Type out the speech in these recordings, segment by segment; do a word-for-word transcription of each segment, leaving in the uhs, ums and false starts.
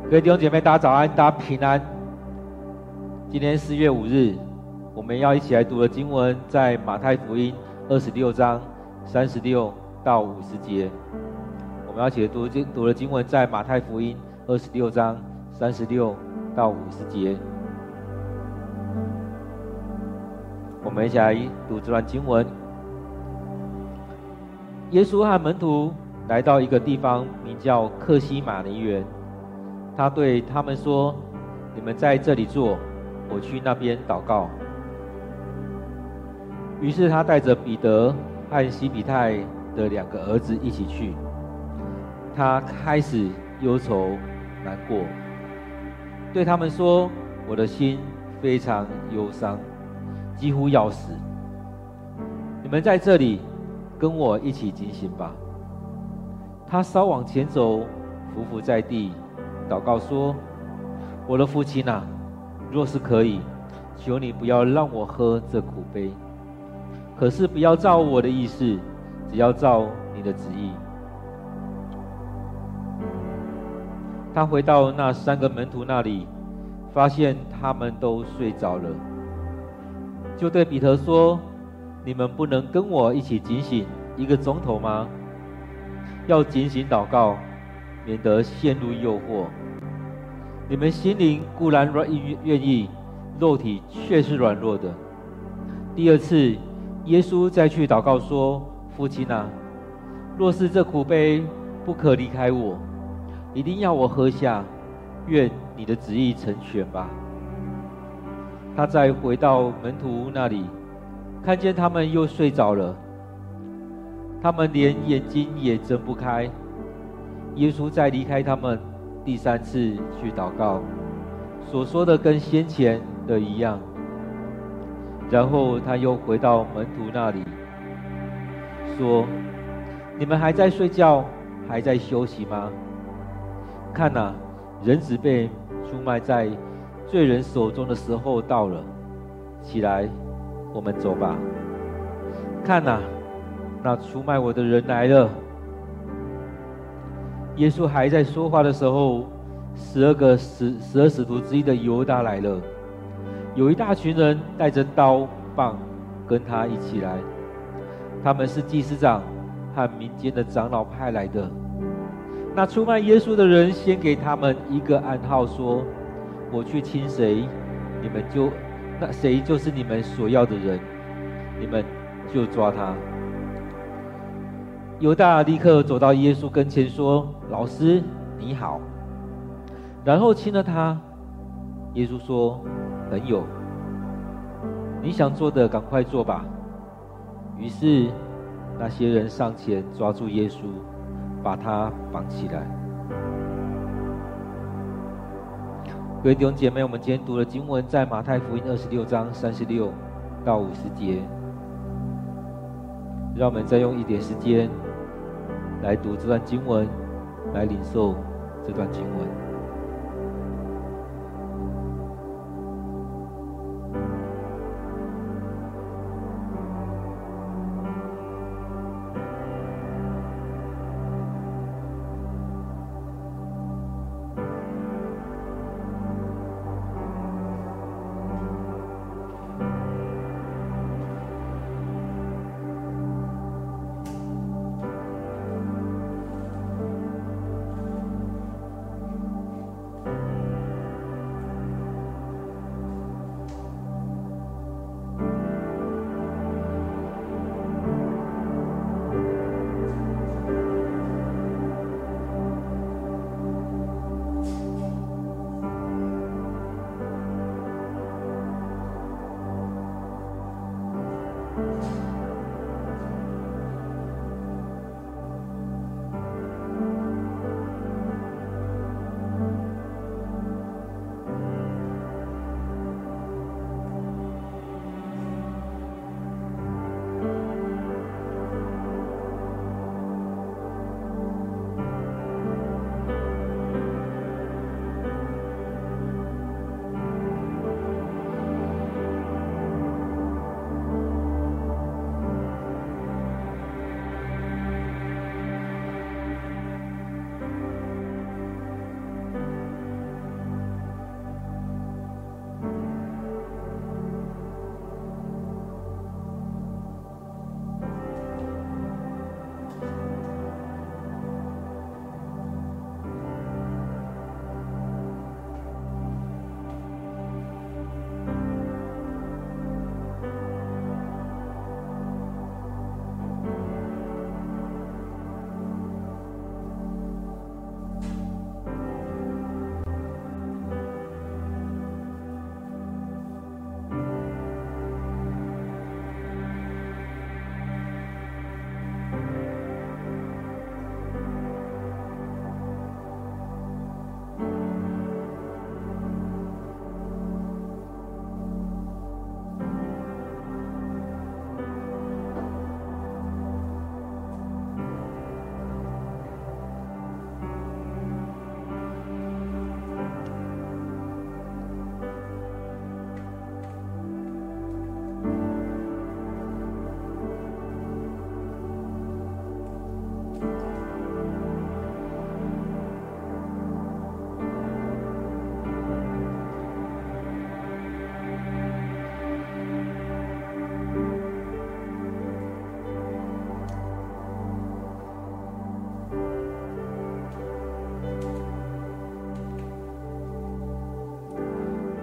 各位弟兄姐妹，大家早安，大家平安。今天四月五日，我们要一起来读的经文在马太福音二十六章三十六到五十节。我们要一起读读的经文在马太福音二十六章三十六到五十节。我们一起来读这段经文。耶稣和门徒来到一个地方，名叫客西马尼园。他对他们说：“你们在这里坐，我去那边祷告。”于是他带着彼得和西比泰的两个儿子一起去。他开始忧愁难过，对他们说：“我的心非常忧伤，几乎要死。你们在这里跟我一起警醒吧。”他稍往前走，伏伏在地，祷告说：“我的父亲啊，若是可以，求你不要让我喝这苦杯，可是不要照我的意思，只要照你的旨意。”他回到那三个门徒那里，发现他们都睡着了，就对彼得说：“你们不能跟我一起警醒一个钟头吗？要警醒祷告，免得陷入诱惑。你们心灵固然软愿意，肉体却是软弱的。”第二次，耶稣再去祷告说：“父亲啊，若是这苦杯不可离开我，一定要我喝下，愿你的旨意成全吧。”他再回到门徒那里，看见他们又睡着了，他们连眼睛也睁不开。耶稣再离开他们第三次去祷告，所说的跟先前的一样。然后他又回到门徒那里，说：“你们还在睡觉，还在休息吗？看哪，人子被出卖在罪人手中的时候到了，起来，我们走吧。看哪，那出卖我的人来了。”耶稣还在说话的时候，十二个十十二使徒之一的犹大来了，有一大群人带着刀棒跟他一起来，他们是祭司长和民间的长老派来的。那出卖耶稣的人先给他们一个暗号，说：“我去亲谁，你们就那谁就是你们所要的人，你们就抓他。”犹大立刻走到耶稣跟前说：“老师，你好。”然后亲了他。耶稣说：“朋友，你想做的赶快做吧。”于是那些人上前抓住耶稣，把他绑起来。各位弟兄姐妹，我们今天读的经文在马太福音二十六章三十六到五十节。让我们再用一点时间来读这段经文，来领受这段经文。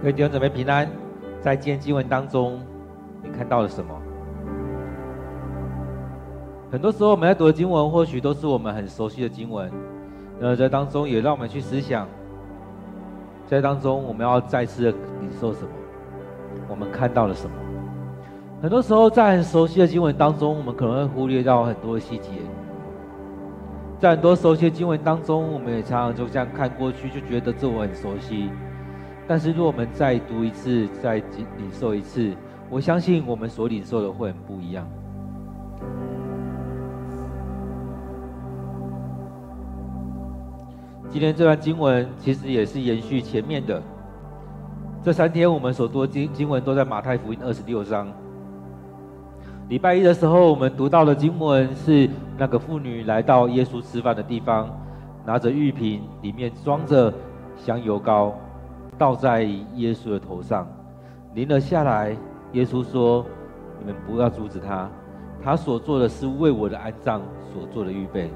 各位弟兄姊妹平安，在今天经文当中，你看到了什么？很多时候我们在读的经文，或许都是我们很熟悉的经文，呃，在当中也让我们去思想，在当中我们要再次的领受什么？我们看到了什么？很多时候在很熟悉的经文当中，我们可能会忽略到很多的细节。在很多熟悉的经文当中，我们也常常就这样看过去，就觉得这我很熟悉。但是，如果我们再读一次，再领受一次，我相信我们所领受的会很不一样。今天这段经文其实也是延续前面的。这三天我们所读的经经文都在马太福音二十六章。礼拜一的时候，我们读到的经文是那个妇女来到耶稣吃饭的地方，拿着玉瓶，里面装着香油膏，倒在耶稣的头上，淋了下来。耶稣说：“你们不要阻止他，他所做的是为我的安葬所做的预备。”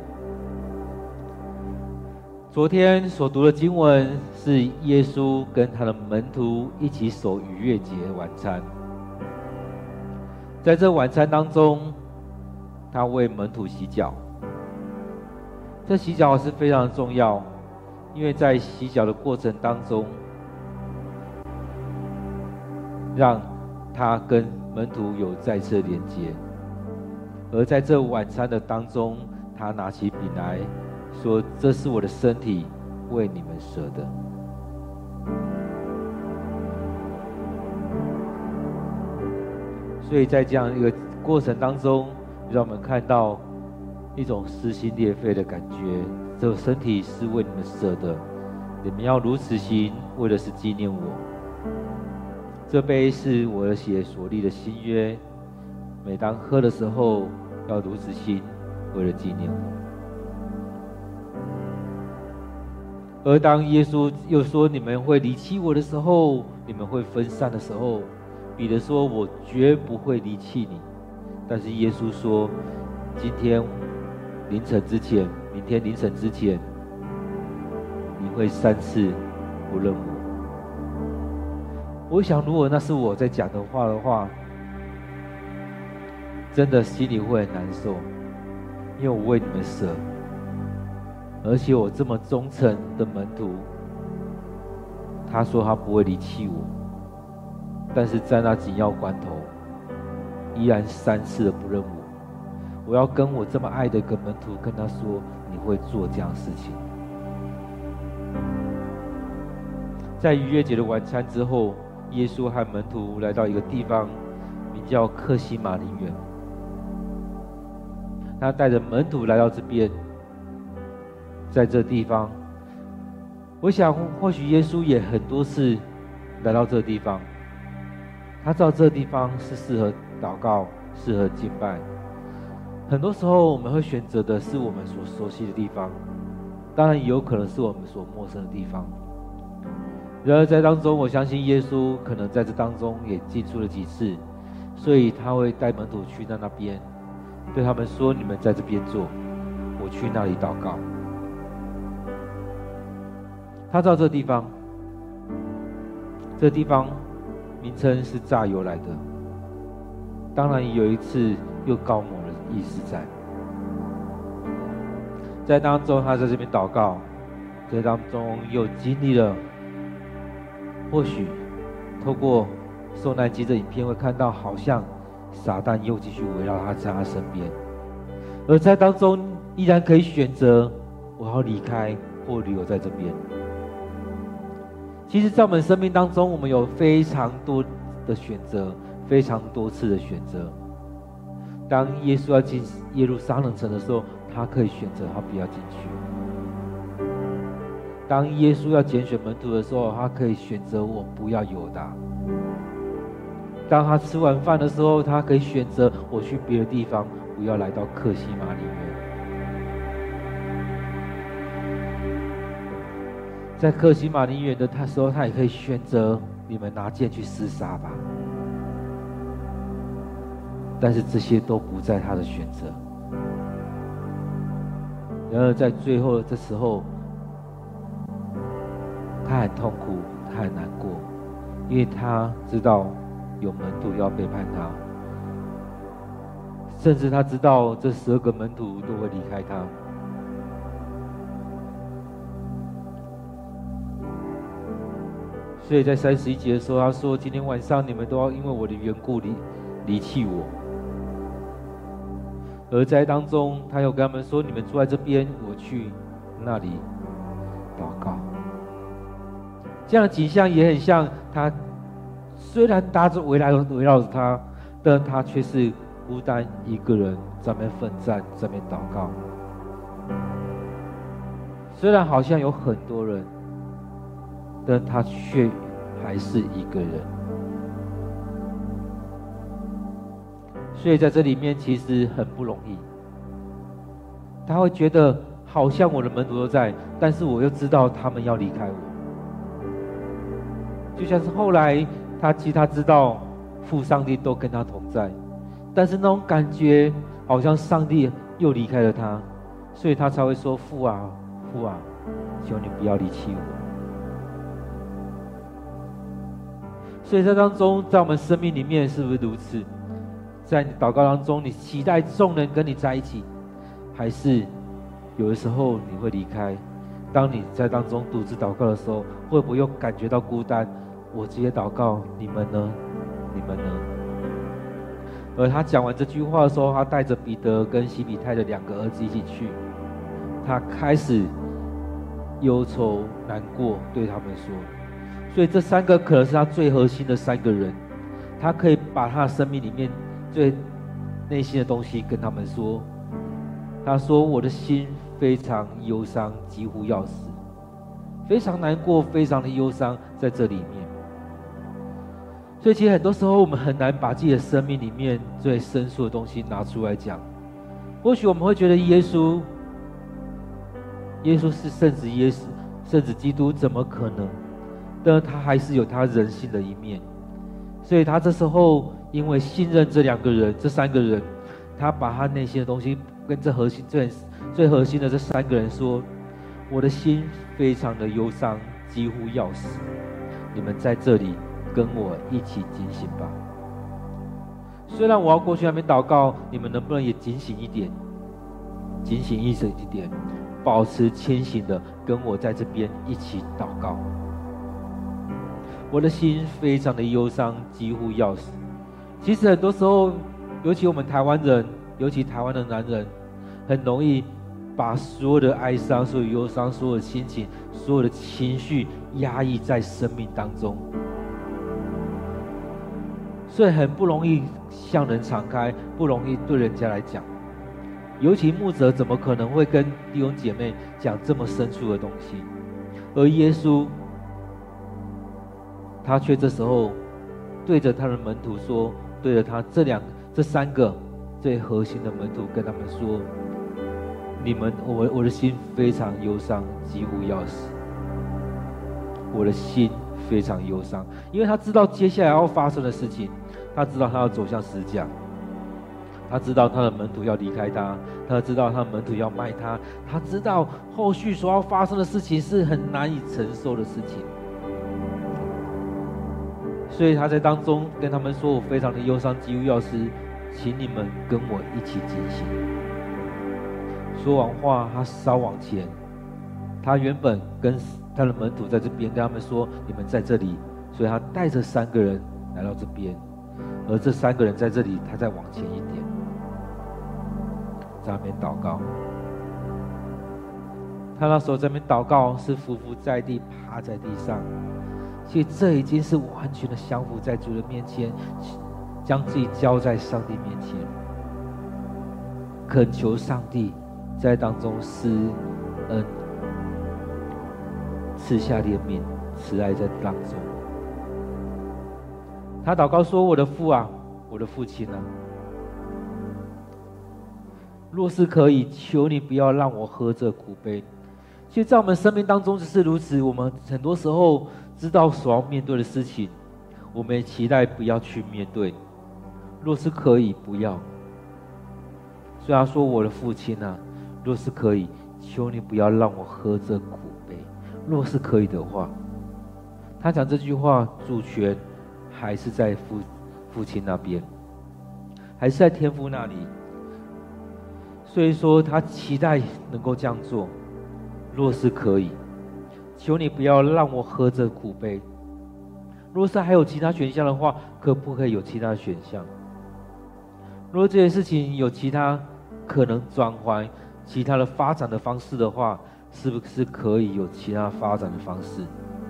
昨天所读的经文是耶稣跟他的门徒一起守逾越节晚餐。在这晚餐当中，他为门徒洗脚。这洗脚是非常重要，因为在洗脚的过程当中，让他跟门徒有再次的连接。而在这晚餐的当中，他拿起饼来说：“这是我的身体，为你们舍的。”所以在这样一个过程当中，让我们看到一种撕心裂肺的感觉。这身体是为你们舍的，你们要如此行，为的是纪念我。这杯是我的血所立的新约，每当喝的时候，要如此行，为了纪念我。而当耶稣又说你们会离弃我的时候，你们会分散的时候，彼得说：“我绝不会离弃你。”但是耶稣说：“今天凌晨之前，明天凌晨之前，你会三次不认我。”我想，如果那是我在讲的话的话，真的心里会很难受，因为我为你们舍，而且我这么忠诚的门徒，他说他不会离弃我。但是在那紧要关头，依然三次的不认我。我要跟我这么爱的一个门徒跟他说：“你会做这样的事情。”在逾越节的晚餐之后，耶稣和门徒来到一个地方，名叫客西马尼园。他带着门徒来到这边，在这地方，我想或许耶稣也很多次来到这个地方。他知道这个地方是适合祷告、适合敬拜。很多时候我们会选择的是我们所熟悉的地方，当然也有可能是我们所陌生的地方。然而在当中，我相信耶稣可能在这当中也进出了几次，所以他会带门徒去到那边，对他们说：“你们在这边坐，我去那里祷告。”他知道这个地方，这个地方名称是榨油来的，当然有一次又高抹的意思在。在当中，他在这边祷告，在当中又经历了，或许透过受难记的影片会看到，好像撒旦又继续围绕他在他身边，而在当中依然可以选择我要离开或留在这边。其实在我们生命当中，我们有非常多的选择，非常多次的选择。当耶稣要进耶路撒冷城的时候，他可以选择他不要进去。当耶稣要拣选门徒的时候，他可以选择我不要犹大。当他吃完饭的时候，他可以选择我去别的地方，不要来到客西马尼园。在客西马尼园的他时候，他也可以选择你们拿剑去厮杀吧。但是这些都不在他的选择。然而在最后的这时候，他很痛苦，他很难过， 因为他知道有门徒要背叛他，甚至他知道这十二个门徒都会离开他。所以在三十一节的时候，他说：“今天晚上你们都要因为我的缘故离离弃我。”而在当中，他又跟他们说：“你们住在这边，我去那里祷告。”这样的景象也很像他，虽然大家围来围绕着他，但他却是孤单一个人在那边奋战，在那边祷告。虽然好像有很多人，但他却还是一个人。所以在这里面其实很不容易。他会觉得好像我的门徒都在，但是我又知道他们要离开我。就像是后来他其实他知道父上帝都跟他同在，但是那种感觉好像上帝又离开了他，所以他才会说：“父啊，父啊，求你不要离弃我。”所以在当中，在我们生命里面是不是如此？在你祷告当中，你期待众人跟你在一起，还是有的时候你会离开？当你在当中独自祷告的时候，会不会又感觉到孤单？我直接祷告，你们呢？你们呢？而他讲完这句话的时候，他带着彼得跟西比泰的两个儿子一起去，他开始忧愁难过，对他们说。所以这三个可能是他最核心的三个人，他可以把他的生命里面最内心的东西跟他们说。他说：“我的心非常忧伤，几乎要死，非常难过，非常的忧伤，在这里面。”所以其实很多时候我们很难把自己的生命里面最深处的东西拿出来讲。或许我们会觉得耶稣，耶稣是圣子耶稣，圣子基督，怎么可能？但他还是有他人性的一面。所以他这时候因为信任这两个人，这三个人，他把他内心的东西跟这核心最最核心的这三个人说：“我的心非常的忧伤，几乎要死。你们在这里跟我一起警醒吧。虽然我要过去那边祷告，你们能不能也警醒一点？警醒一点，保持清醒的跟我在这边一起祷告。我的心非常的忧伤，几乎要死。”其实很多时候，尤其我们台湾人，尤其台湾的男人，很容易把所有的哀伤、所有忧伤、所有的心情、所有的情绪压抑在生命当中，所以很不容易向人敞开，不容易对人家来讲。尤其牧者怎么可能会跟弟兄姐妹讲这么深处的东西？而耶稣，他却这时候对着他的门徒说，对着他这两这三个最核心的门徒跟他们说：“你们，我我的心非常忧伤，几乎要死。我的心非常忧伤，因为他知道接下来要发生的事情，他知道他要走向十字架，他知道他的门徒要离开他，他知道他的门徒要卖他，他知道后续所要发生的事情是很难以承受的事情。所以他在当中跟他们说：我非常的忧伤，几乎要死，请你们跟我一起警醒。”说完话，他稍往前，他原本跟他的门徒在这边跟他们说：“你们在这里。”所以他带着三个人来到这边，而这三个人在这里，他再往前一点，在那边祷告。他那时候在那边祷告，是匍匐在地，趴在地上。其实这已经是完全的降服在主的面前，将自己交在上帝面前，恳求上帝在当中施恩，赐下怜悯，慈爱在当中。他祷告说：“我的父啊，我的父亲啊，若是可以，求你不要让我喝这苦杯。”其实在我们生命当中就是如此，我们很多时候知道所要面对的事情，我们也期待不要去面对。若是可以，不要。所以他说：“我的父亲啊，若是可以，求你不要让我喝这苦杯。若是可以的话。” 他讲这句话，主权还是在父父亲那边，还是在天父那里。所以说，他期待能够这样做。若是可以，求你不要让我喝这苦杯。若是还有其他选项的话，可不可以有其他选项？如果这件事情有其他可能转换、其他的发展的方式的话，是不是可以有其他发展的方式？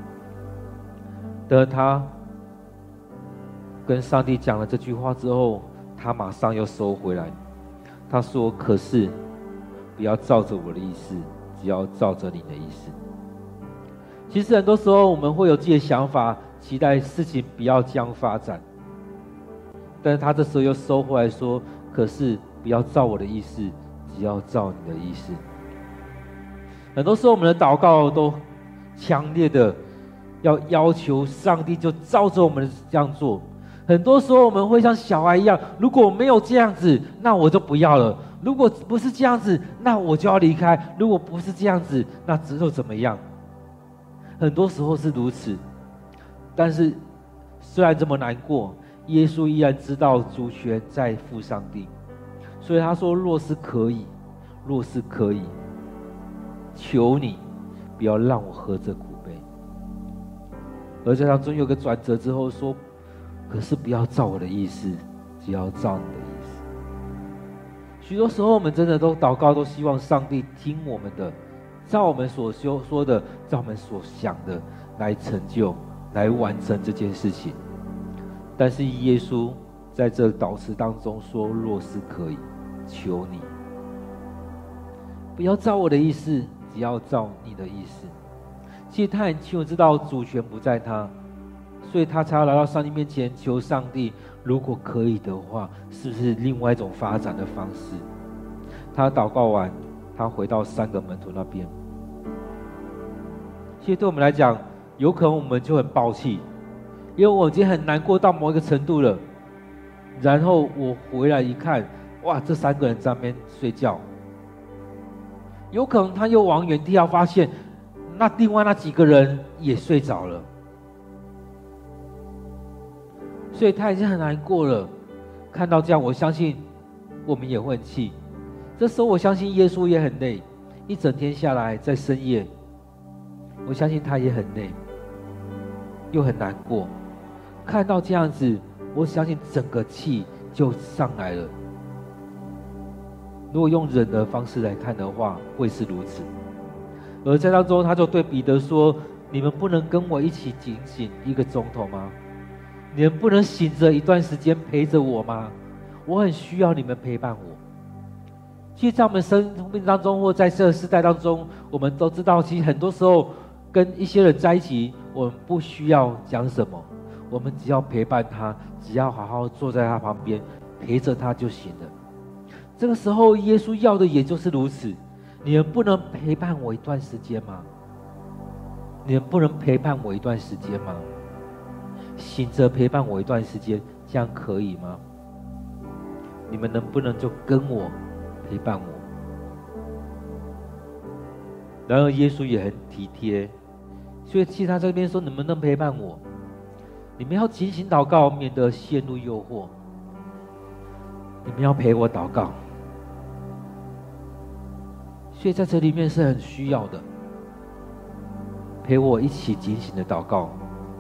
等他跟上帝讲了这句话之后，他马上又收回来。他说：“可是不要照着我的意思，只要照着你的意思。”其实很多时候我们会有自己的想法，期待事情不要这样发展，但是他这时候又收回来说：“可是不要照我的意思，只要照你的意思。”很多时候我们的祷告都强烈的要要求上帝就照着我们这样做。很多时候我们会像小孩一样，如果没有这样子，那我就不要了；如果不是这样子，那我就要离开；如果不是这样子，那之后怎么样？很多时候是如此。但是虽然这么难过，耶稣依然知道主权在父上帝，所以他说：“若是可以，若是可以，求你不要让我喝这苦杯。”而在当中有个转折之后说：“可是不要照我的意思，只要照你的意思。”许多时候我们真的都祷告，都希望上帝听我们的，照我们所说的，照我们所想的来成就，来完成这件事情。但是耶稣在这祷词当中说：“若是可以，求你不要照我的意思，只要照你的意思。”其实他很清楚知道主权不在他，所以他才要来到上帝面前求上帝，如果可以的话，是不是另外一种发展的方式？他祷告完，他回到三个门徒那边。其实对我们来讲，有可能我们就很暴气，因为我已经很难过到某一个程度了，然后我回来一看，哇，这三个人在那边睡觉。有可能他又往原地要发现，那另外那几个人也睡着了，所以他已经很难过了。看到这样，我相信我们也会很气。这时候我相信耶稣也很累，一整天下来在深夜，我相信他也很累，又很难过。看到这样子，我相信整个气就上来了。如果用人的方式来看的话，会是如此。而在当中，他就对彼得说：“你们不能跟我一起警醒一个钟头吗？你们不能醒着一段时间陪着我吗？我很需要你们陪伴我。”其实在我们生命当中，或在这个时代当中，我们都知道，其实很多时候跟一些人在一起，我们不需要讲什么，我们只要陪伴他，只要好好坐在他旁边，陪着他就行了。这个时候，耶稣要的也就是如此。你们不能陪伴我一段时间吗？你们不能陪伴我一段时间吗？醒着陪伴我一段时间，这样可以吗？你们能不能就跟我陪伴我？然而耶稣也很体贴，所以其实他这边说：“你们能陪伴我，你们要警醒祷告，免得陷入诱惑。你们要陪我祷告。”所以在这里面是很需要的，陪我一起警醒的祷告。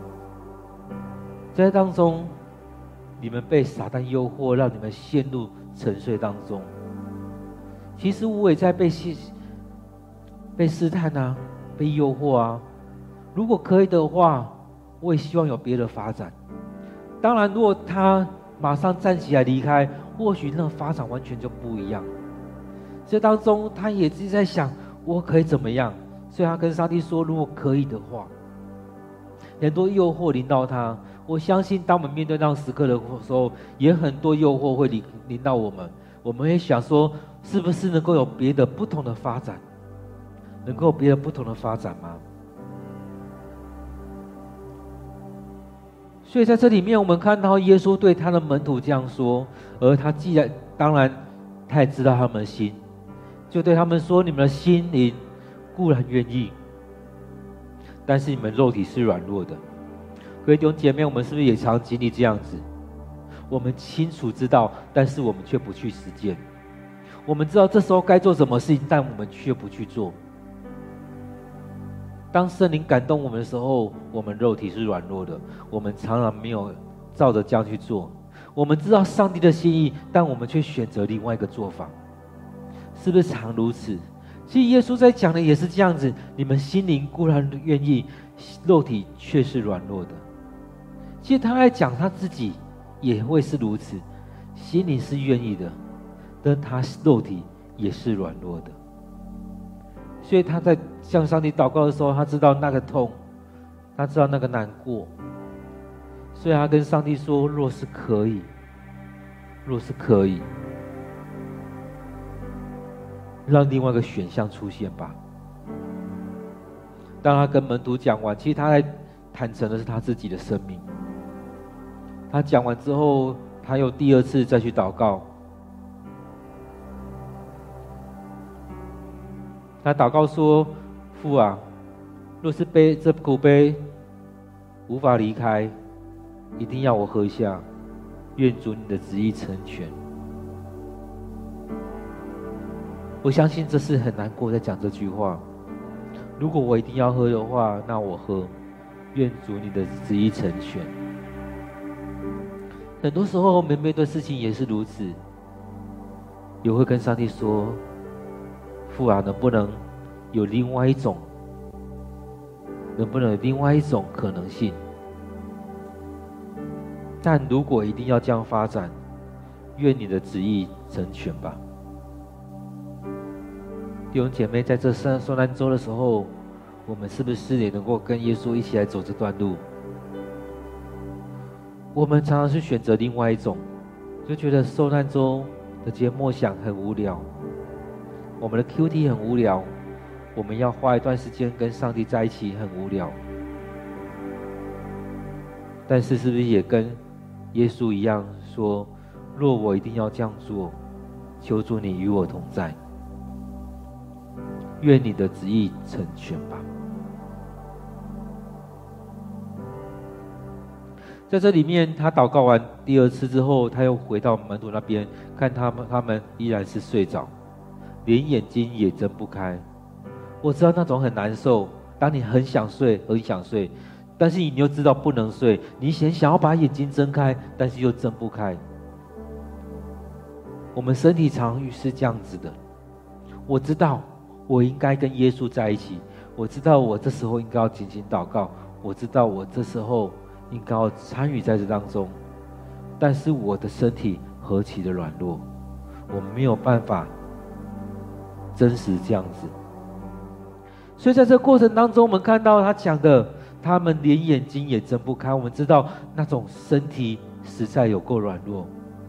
在当中，你们被撒旦诱惑，让你们陷入沉睡当中。其实我也在被被试探啊，被诱惑啊。如果可以的话，我也希望有别的发展。当然，如果他马上站起来离开，或许那个发展完全就不一样。这当中，他也自己在想，我可以怎么样？所以他跟上帝说，如果可以的话。很多诱惑临到他，我相信当我们面对那样时刻的时候，也很多诱惑会临临到我们。我们会想说，是不是能够有别的不同的发展？能够有别的不同的发展吗？所以在这里面，我们看到耶稣对他的门徒这样说，而他既然当然，他也知道他们的心。就对他们说：“你们的心灵固然愿意，但是你们肉体是软弱的。 各位弟兄姐妹，我们是不是也常经历这样子？我们清楚知道，但是我们却不去实践。我们知道这时候该做什么事情，但我们却不去做。当圣灵感动我们的时候，我们肉体是软弱的，我们常常没有照着这样去做。我们知道上帝的心意，但我们却选择另外一个做法，是不是常如此？其实耶稣在讲的也是这样子，你们心灵固然愿意，肉体却是软弱的。其实他在讲他自己也会是如此，心灵是愿意的，但他肉体也是软弱的。所以他在向上帝祷告的时候，他知道那个痛，他知道那个难过，所以他跟上帝说：若是可以，若是可以，让另外一个选项出现吧。当他跟门徒讲完，其实他在坦诚的是他自己的生命。他讲完之后，他又第二次再去祷告。他祷告说：父啊，若是杯这苦杯无法离开，一定要我喝下，愿主你的旨意成全。我相信这是很难过在讲这句话。如果我一定要喝的话，那我喝，愿主你的旨意成全。很多时候我们面对事情也是如此，也会跟上帝说：父啊，能不能有另外一种，能不能有另外一种可能性？但如果一定要这样发展，愿你的旨意成全吧。弟兄姐妹，在这受难周的时候，我们是不是也能够跟耶稣一起来走这段路？我们常常是选择另外一种，就觉得受难周的这些默想很无聊，我们的 Q T 很无聊，我们要花一段时间跟上帝在一起很无聊。但是是不是也跟耶稣一样说：若我一定要这样做，求主你与我同在，愿你的旨意成全吧。在这里面，他祷告完第二次之后，他又回到门徒那边，看他们，他们依然是睡着，连眼睛也睁不开。我知道那种很难受，当你很想睡，很想睡，但是你又知道不能睡，你想想要把眼睛睁开，但是又睁不开。我们身体常是这样子的。我知道我应该跟耶稣在一起，我知道我这时候应该要紧紧祷告，我知道我这时候应该要参与在这当中，但是我的身体何其的软弱，我没有办法真实这样子。所以在这个过程当中，我们看到他讲的，他们连眼睛也睁不开。我们知道那种身体实在有够软弱，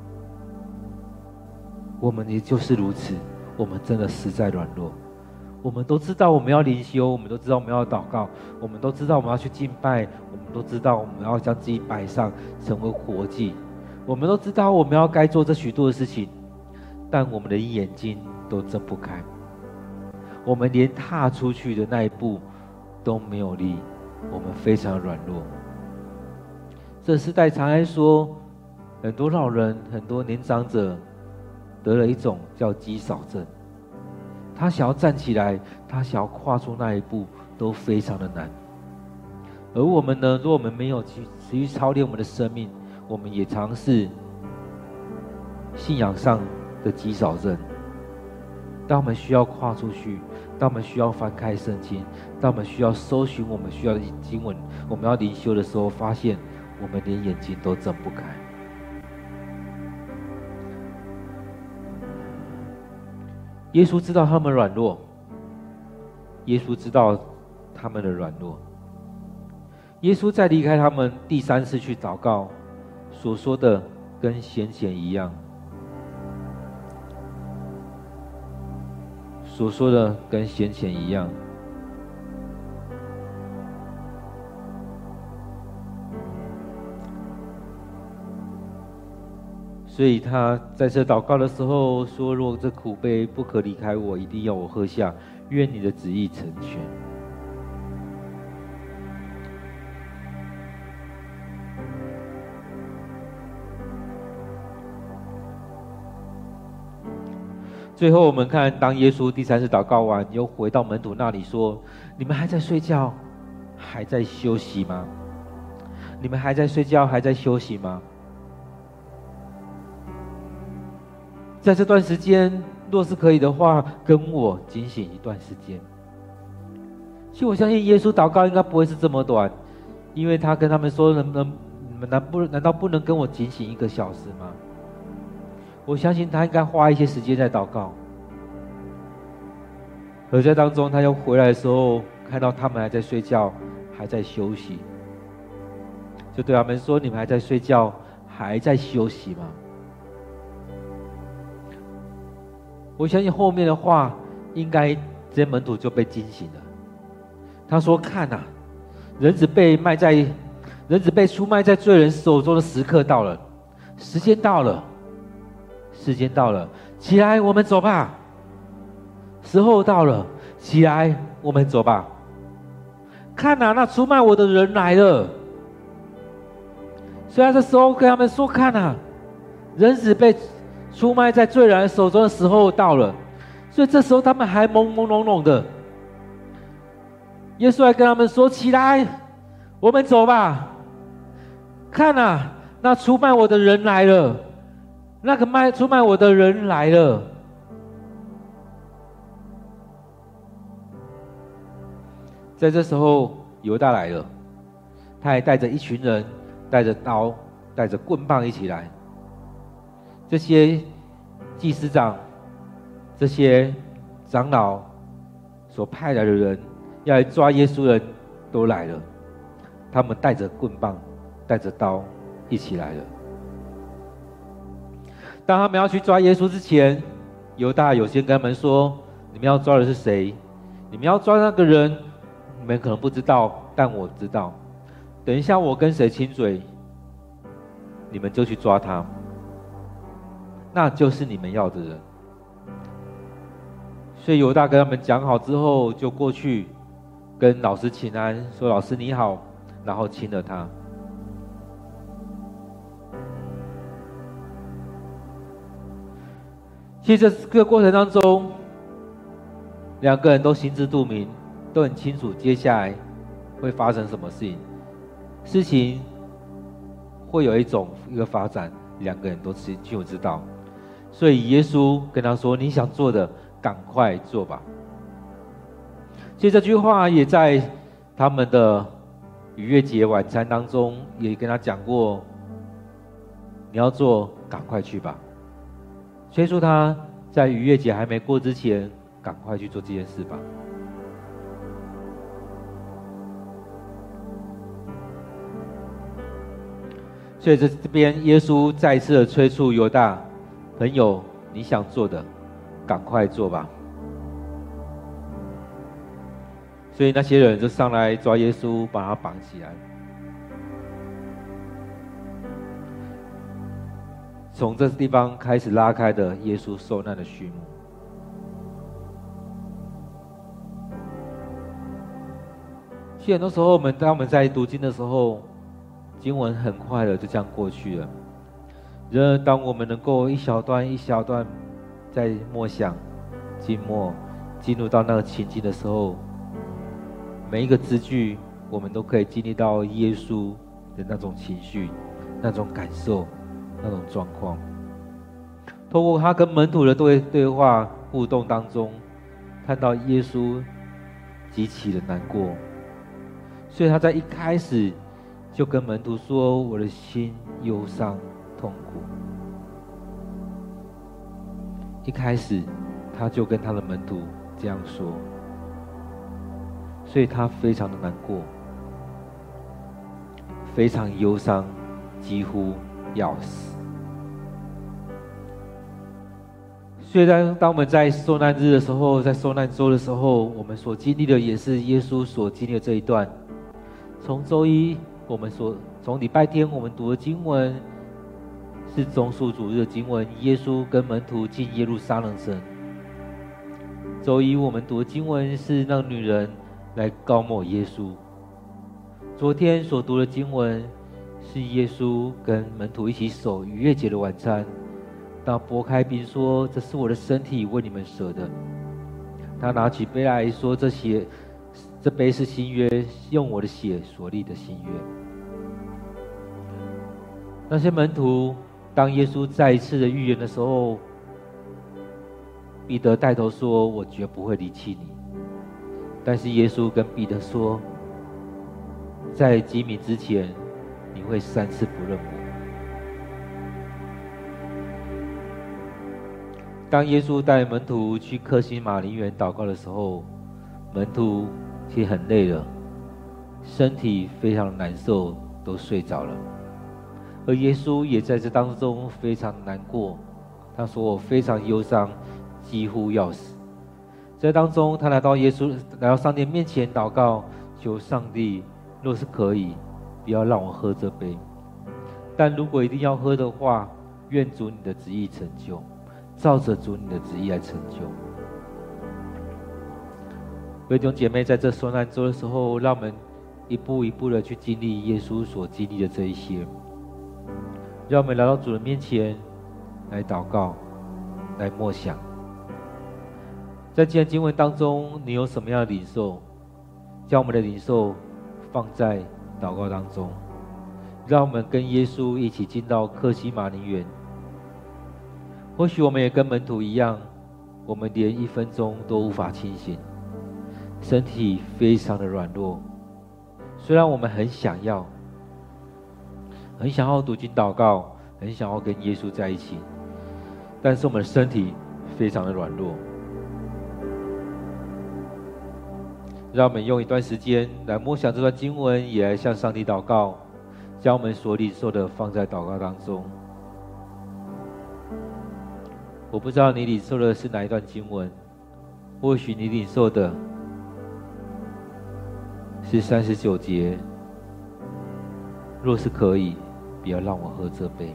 我们也就是如此，我们真的实在软弱。我们都知道我们要灵修，我们都知道我们要祷告，我们都知道我们要去敬拜，我们都知道我们要将自己摆上成为活祭，我们都知道我们要该做这许多的事情，但我们的眼睛都睁不开，我们连踏出去的那一步都没有力，我们非常软弱。这时代常来说，很多老人，很多年长者得了一种叫肌少症，他想要站起来，他想要跨出那一步都非常的难。而我们呢，如果我们没有去持续操练我们的生命，我们也常是信仰上的肌少症。当我们需要跨出去，当我们需要翻开圣经，当我们需要搜寻我们需要的经文，我们要灵修的时候，发现我们连眼睛都睁不开。耶稣知道他们软弱，耶稣知道他们的软弱。耶稣在离开他们第三次去祷告，所说的跟先前一样，所说的跟先前一样。所以他在这祷告的时候说：若这苦杯不可离开我，一定要我喝下，愿你的旨意成全。 最后我们看，当耶稣第三次祷告完，又回到门徒那里说：“你们还在睡觉，还在休息吗？你们还在睡觉，还在休息吗？”在这段时间，若是可以的话，跟我警醒一段时间。其实我相信耶稣祷告应该不会是这么短，因为他跟他们说：“能不能你们难不难道不能跟我警醒一个小时吗？”我相信他应该花一些时间在祷告。而在当中，他又回来的时候，看到他们还在睡觉，还在休息，就对他们说：“你们还在睡觉，还在休息吗？”我相信后面的话，应该这些门徒就被惊醒了。他说：“看啊，人子被卖在，人子被出卖在罪人手中的时刻到了，时间到了，时间到了，起来，我们走吧。时候到了，起来，我们走吧。看啊，那出卖我的人来了。”所以他这时候跟他们说：“看啊，人子被出卖在罪人手中的时候到了。”所以这时候他们还朦朦胧胧的。耶稣还跟他们说：“起来，我们走吧。看啊，那出卖我的人来了，那个卖出卖我的人来了。”在这时候，犹大来了，他还带着一群人，带着刀，带着棍棒一起来。这些祭司长、这些长老所派来的人，要来抓耶稣的人都来了。他们带着棍棒，带着刀一起来了。当他们要去抓耶稣之前，犹大有先跟他们说：“你们要抓的是谁？你们要抓那个人，你们可能不知道，但我知道。等一下我跟谁亲嘴，你们就去抓他，那就是你们要的人。”所以犹大跟他们讲好之后，就过去跟老师请安，说：“老师你好。”然后亲了他。其实这个过程当中，两个人都心知肚明，都很清楚接下来会发生什么事情，事情会有一种一个发展，两个人都清楚知道。所以耶稣跟他说：“你想做的，赶快做吧。”其实这句话也在他们的逾越节晚餐当中也跟他讲过：“你要做，赶快去吧。”催促他在逾越节还没过之前，赶快去做这件事吧。所以在这边，耶稣再一次的催促犹大朋友：“你想做的，赶快做吧。”所以那些人就上来抓耶稣，把他绑起来。从这地方开始拉开的耶稣受难的序幕。其实很多时候，我们当我们在读经的时候，经文很快的就这样过去了。然而，当我们能够一小段一小段在默想、静默，进入到那个情境的时候，每一个字句，我们都可以经历到耶稣的那种情绪、那种感受、那种状况。透过他跟门徒的对对话互动当中，看到耶稣极其的难过，所以他在一开始就跟门徒说：“我的心忧伤痛苦。”一开始他就跟他的门徒这样说，所以他非常的难过，非常忧伤，几乎要死。所以当当我们在受难日的时候，在受难周的时候，我们所经历的也是耶稣所经历的这一段。从周一我们所从礼拜天我们读的经文是棕树主日的经文，耶稣跟门徒进耶路撒冷城。周一我们读的经文是那个女人来膏抹耶稣。昨天所读的经文是耶稣跟门徒一起守逾越节的晚餐， 当拨开饼说：“这是我的身体，为你们舍的。”他拿起杯来说：“这血，这杯是新约，用我的血所立的新约。”那些门徒，当耶稣再一次的预言的时候，彼得带头说：“我绝不会离弃你。”但是耶稣跟彼得说：“在几米之前，你会三次不认我。”当耶稣带门徒去客西马尼园祷告的时候，门徒其实很累了，身体非常难受，都睡着了。而耶稣也在这当中非常难过，他说：“我非常忧伤，几乎要死。”在当中，他来到耶稣，来到上帝面前祷告，求上帝，若是可以，不要让我喝这杯；但如果一定要喝的话，愿主你的旨意成就。照着主你的旨意来成就。各位弟兄姐妹，在这受难周的时候，让我们一步一步的去经历耶稣所经历的这一些，让我们来到主的面前来祷告，来默想。在今天经文当中，你有什么样的领受？将我们的领受放在祷告当中，让我们跟耶稣一起进到客西马尼园。或许我们也跟门徒一样，我们连一分钟都无法清醒，身体非常的软弱。虽然我们很想要，很想要读经祷告，很想要跟耶稣在一起，但是我们的身体非常的软弱。让我们用一段时间来默想这段经文，也来向上帝祷告，将我们所领受的放在祷告当中。我不知道你领受的是哪一段经文，或许你领受的是三十九节，若是可以，不要让我喝这杯。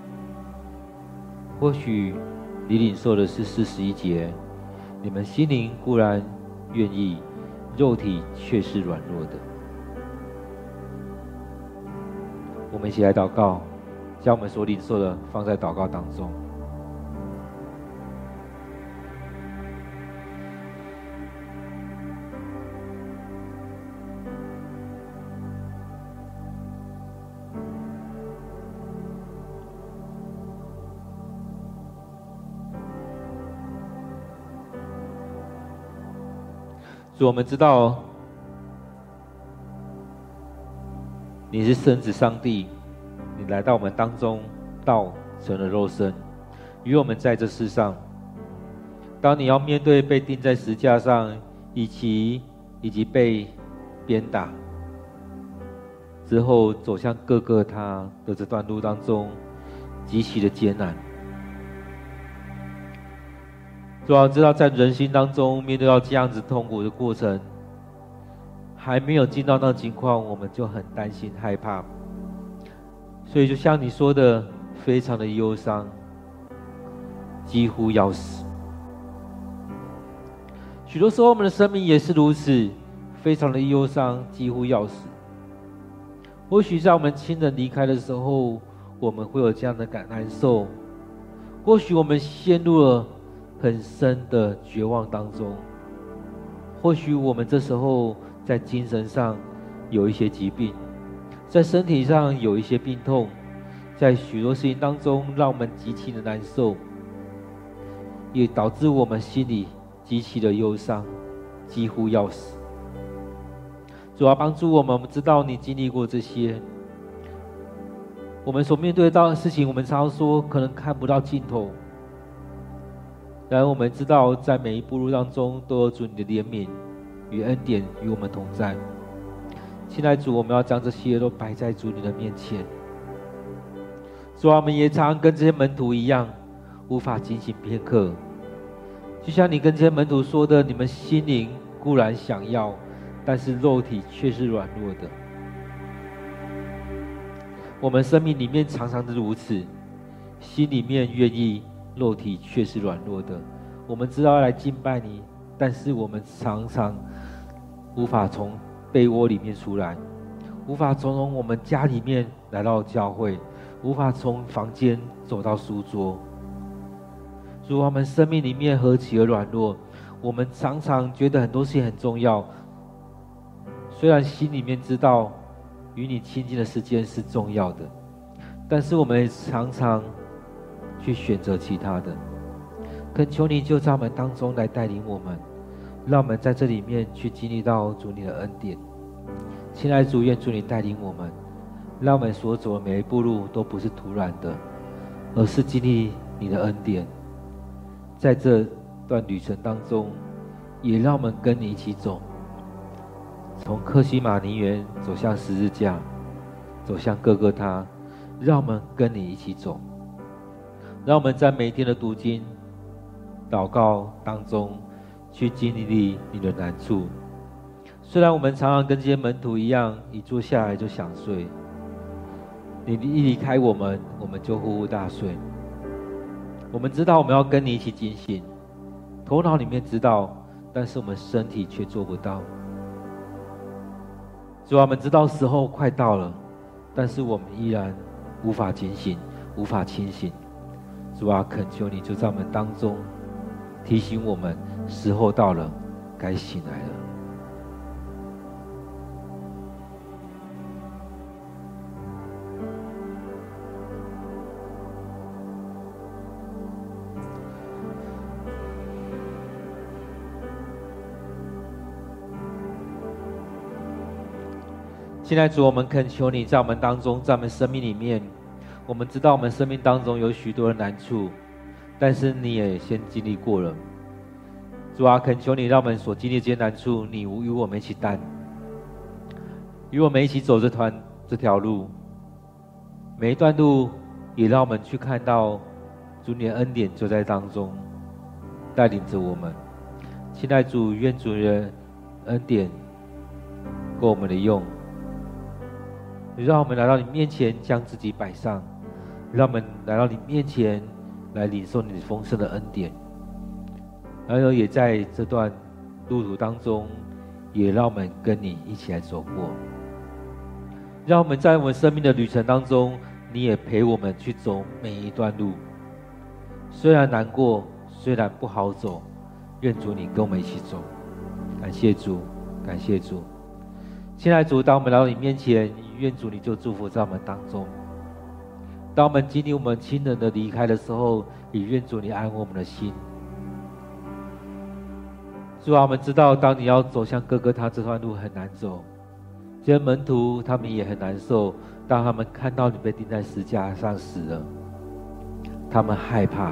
或许你领受的是四十一节，你们心灵固然愿意，肉体却是软弱的。我们一起来祷告，将我们所领受的放在祷告当中。主，我们知道你是圣子上帝，你来到我们当中，道成了肉身，与我们在这世上。当你要面对被钉在石架上，以及以及被鞭打之后，走向各个他的这段路当中，极其的艰难。主要知道，在人心当中面对到这样子痛苦的过程，还没有进到那个情况，我们就很担心害怕，所以就像你说的，非常的忧伤，几乎要死。许多时候我们的生命也是如此，非常的忧伤，几乎要死。或许在我们亲人离开的时候，我们会有这样的感难受，或许我们陷入了很深的绝望当中，或许我们这时候在精神上有一些疾病，在身体上有一些病痛，在许多事情当中让我们极其的难受，也导致我们心里极其的忧伤，几乎要死。主要帮助我们，我们知道你经历过这些，我们所面对到的事情，我们常常说可能看不到尽头，然而我们知道，在每一步路当中，都有主你的怜悯与恩典与我们同在。亲爱的主，我们要将这些都摆在主你的面前。主啊，我们也常常跟这些门徒一样，无法警醒片刻。就像你跟这些门徒说的，你们心灵固然想要，但是肉体却是软弱的。我们生命里面常常是如此，心里面愿意，肉体却是软弱的。我们知道要来敬拜你，但是我们常常无法从被窝里面出来，无法从我们家里面来到教会，无法从房间走到书桌。 主啊，我们生命里面何其的软弱，我们常常觉得很多事情很重要，虽然心里面知道与你亲近的时间是重要的，但是我们也常常去选择其他的。恳求你就在我们当中来带领我们，让我们在这里面去经历到主你的恩典。亲爱的主，愿主你带领我们，让我们所走的每一步路都不是突然的，而是经历你的恩典。在这段旅程当中，也让我们跟你一起走，从客西马尼园走向十字架，走向各各他，让我们跟你一起走。让我们在每一天的读经祷告当中去经历你的难处。虽然我们常常跟这些门徒一样，一坐下来就想睡，你一离开我们，我们就呼呼大睡。我们知道我们要跟你一起警醒，头脑里面知道，但是我们身体却做不到。主啊，我们知道时候快到了，但是我们依然无法警醒，无法清醒。主啊，恳求你就在我们当中提醒我们，时候到了，该醒来了。现在主，我们恳求你在我们当中，在我们生命里面，我们知道我们生命当中有许多的难处，但是你也先经历过了。主啊，恳求你让我们所经历这些难处，你与我们一起担，与我们一起走这团这条路，每一段路也让我们去看到主你的恩典就在当中带领着我们。亲爱的主，愿主的恩典够我们的用，让我们来到你面前，将自己摆上，让我们来到你面前来领受你丰盛的恩典。然而也在这段路途当中，也让我们跟你一起来走过，让我们在我们生命的旅程当中，你也陪我们去走每一段路。虽然难过，虽然不好走，愿主你跟我们一起走。感谢主，感谢主。亲爱的主，当我们来到你面前，愿主你就祝福在我们当中。当我们经历我们亲人的离开的时候，也愿主你安慰我们的心。主啊，我们知道当你要走向哥哥他这段路很难走，这些门徒他们也很难受，当他们看到你被钉在十字架上死了，他们害怕。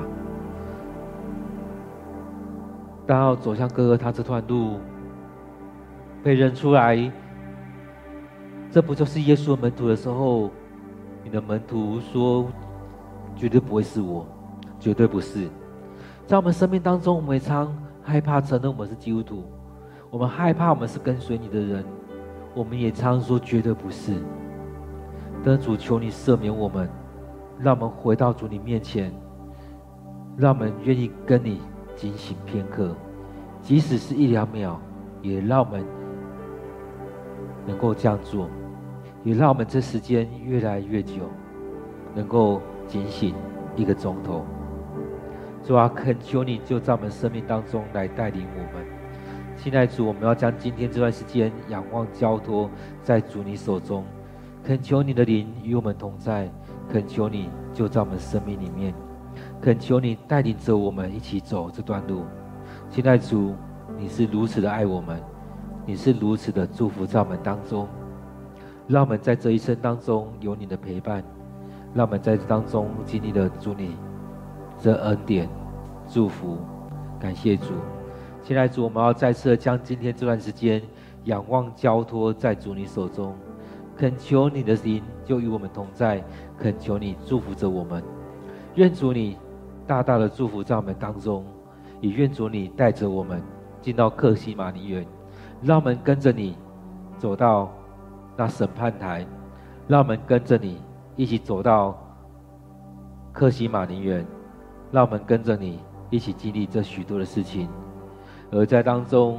当要走向哥哥他这段路被认出来，这不就是耶稣的门徒的时候，你的门徒说绝对不会是我，绝对不是。在我们生命当中，我们也常害怕承认我们是基督徒，我们害怕我们是跟随你的人，我们也常说绝对不是。但主，求你赦免我们，让我们回到主你面前，让我们愿意跟你警醒片刻，即使是一两秒，也让我们能够这样做，也让我们这时间越来越久，能够警醒一个钟头。主啊，恳求你就在我们生命当中来带领我们。亲爱的主，我们要将今天这段时间仰望交托在主你手中，恳求你的灵与我们同在，恳求你就在我们生命里面，恳求你带领着我们一起走这段路。亲爱的主，你是如此的爱我们，你是如此的祝福在我们当中，让我们在这一生当中有你的陪伴，让我们在这当中经历了主你这恩典祝福。感谢主。亲爱的主，我们要再次的将今天这段时间仰望交托在主你手中，恳求你的灵就与我们同在，恳求你祝福着我们。愿主你大大的祝福在我们当中，也愿主你带着我们进到客西马尼园，让我们跟着你走到那审判台，让我们跟着你一起走到客西马尼园，让我们跟着你一起经历这许多的事情，而在当中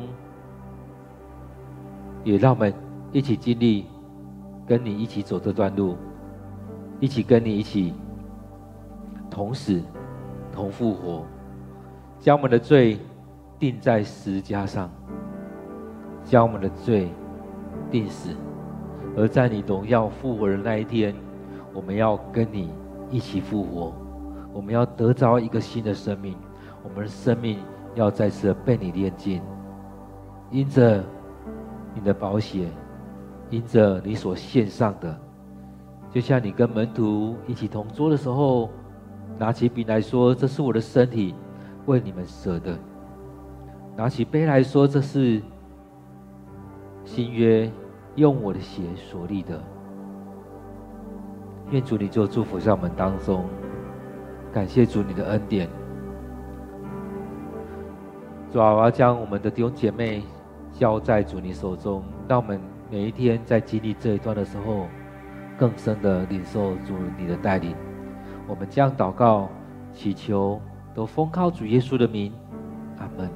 也让我们一起经历跟你一起走这段路，一起跟你一起同死同复活， 将我们的罪钉在十字架上，将我们的罪钉死，而在你荣耀复活的那一天，我们要跟你一起复活，我们要得着一个新的生命，我们的生命要再次的被你炼净，因着你的宝血，因着你所献上的，就像你跟门徒一起同桌的时候，拿起饼来说，这是我的身体，为你们舍的；拿起杯来说，这是新约用我的血所立的。愿主你就祝福在我们当中，感谢主你的恩典。主啊，我要将我们的弟兄姐妹交在主你手中，让我们每一天在经历这一段的时候，更深的领受主你的带领。我们将祷告祈求都奉靠主耶稣的名，阿们。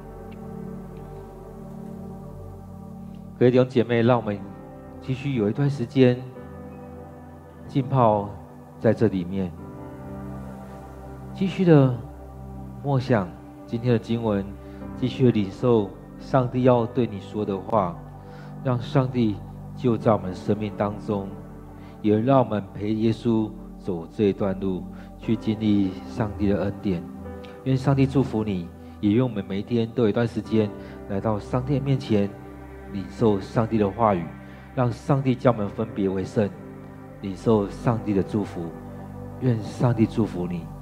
各位弟兄姐妹，让我们继续有一段时间浸泡在这里面，继续的默想今天的经文，继续的领受上帝要对你说的话，让上帝就在我们生命当中，也让我们陪耶稣走这一段路，去经历上帝的恩典。愿上帝祝福你，也愿我们每一天都有一段时间来到上帝面前，领受上帝的话语，让上帝将我们分别为圣，领受上帝的祝福。愿上帝祝福你。